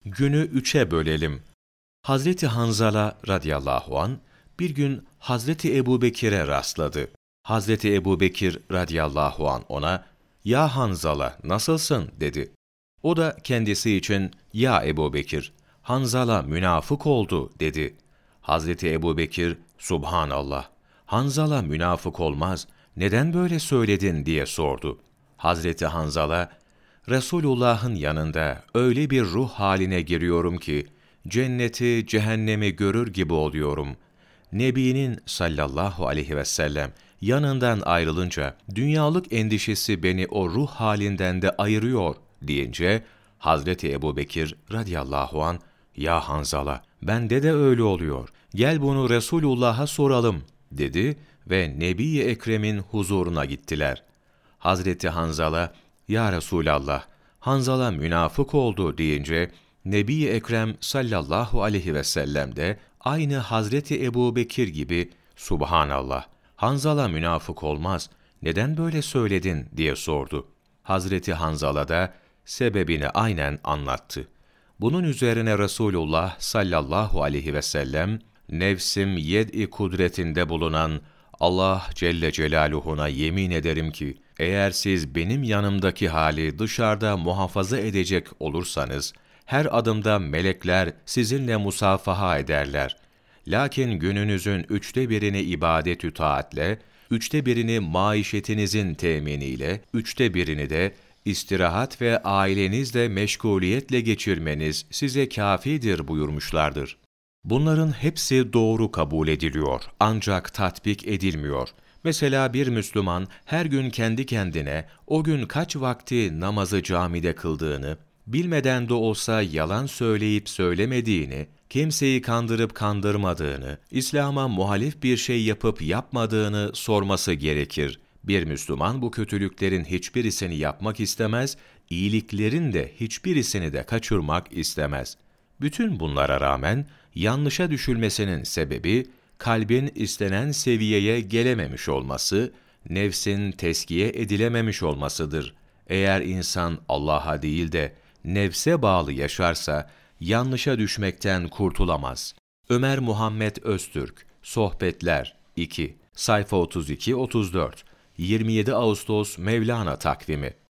Günü üçe bölelim. Hazreti Hanzala radıyallahu an bir gün Hazreti Ebubekir'e rastladı. Hazreti Ebubekir radıyallahu an ona, "Ya Hanzala, nasılsın?" dedi. O da kendisi için, "Ya Ebubekir, Hanzala münafık oldu." dedi. Hazreti Ebubekir, "Subhanallah, Hanzala münafık olmaz, neden böyle söyledin?" diye sordu. Hazreti Hanzala, "Resulullah'ın yanında öyle bir ruh haline giriyorum ki, cenneti, cehennemi görür gibi oluyorum. Nebinin sallallahu aleyhi ve sellem yanından ayrılınca dünyalık endişesi beni o ruh halinden de ayırıyor." deyince Hazreti Ebubekir radıyallahu an, "Ya Hanzala, bende de öyle oluyor. Gel bunu Resulullah'a soralım." dedi ve Nebi-i Ekrem'in huzuruna gittiler. Hazreti Hanzala, "Ya Resulallah, Hanzala münafık oldu." deyince Nebi-i Ekrem sallallahu aleyhi ve sellem de aynı Hazreti Ebubekir gibi, "Subhanallah, Hanzala münafık olmaz, neden böyle söyledin?" diye sordu. Hazreti Hanzala da sebebini aynen anlattı. Bunun üzerine Resulullah sallallahu aleyhi ve sellem, "Nefsim yed-i kudretinde bulunan Allah Celle Celaluhu'na yemin ederim ki, eğer siz benim yanımdaki hali dışarıda muhafaza edecek olursanız, her adımda melekler sizinle musafaha ederler. Lakin gününüzün 1/3'ünü ibadet-ü taatle, 1/3'ünü maişetinizin teminiyle, 1/3'ünü de istirahat ve ailenizle meşguliyetle geçirmeniz size kâfidir." buyurmuşlardır. Bunların hepsi doğru kabul ediliyor, ancak tatbik edilmiyor. Mesela bir Müslüman her gün kendi kendine o gün kaç vakti namazı camide kıldığını, bilmeden de olsa yalan söyleyip söylemediğini, kimseyi kandırıp kandırmadığını, İslam'a muhalif bir şey yapıp yapmadığını sorması gerekir. Bir Müslüman bu kötülüklerin hiçbirisini yapmak istemez, iyiliklerin de hiçbirisini de kaçırmak istemez. Bütün bunlara rağmen yanlışa düşülmesinin sebebi, kalbin istenen seviyeye gelememiş olması, nefsin teskiye edilememiş olmasıdır. Eğer insan Allah'a değil de nefse bağlı yaşarsa, yanlışa düşmekten kurtulamaz. Ömer Muhammed Öztürk, Sohbetler 2, sayfa 32-34, 27 Ağustos Mevlana takvimi.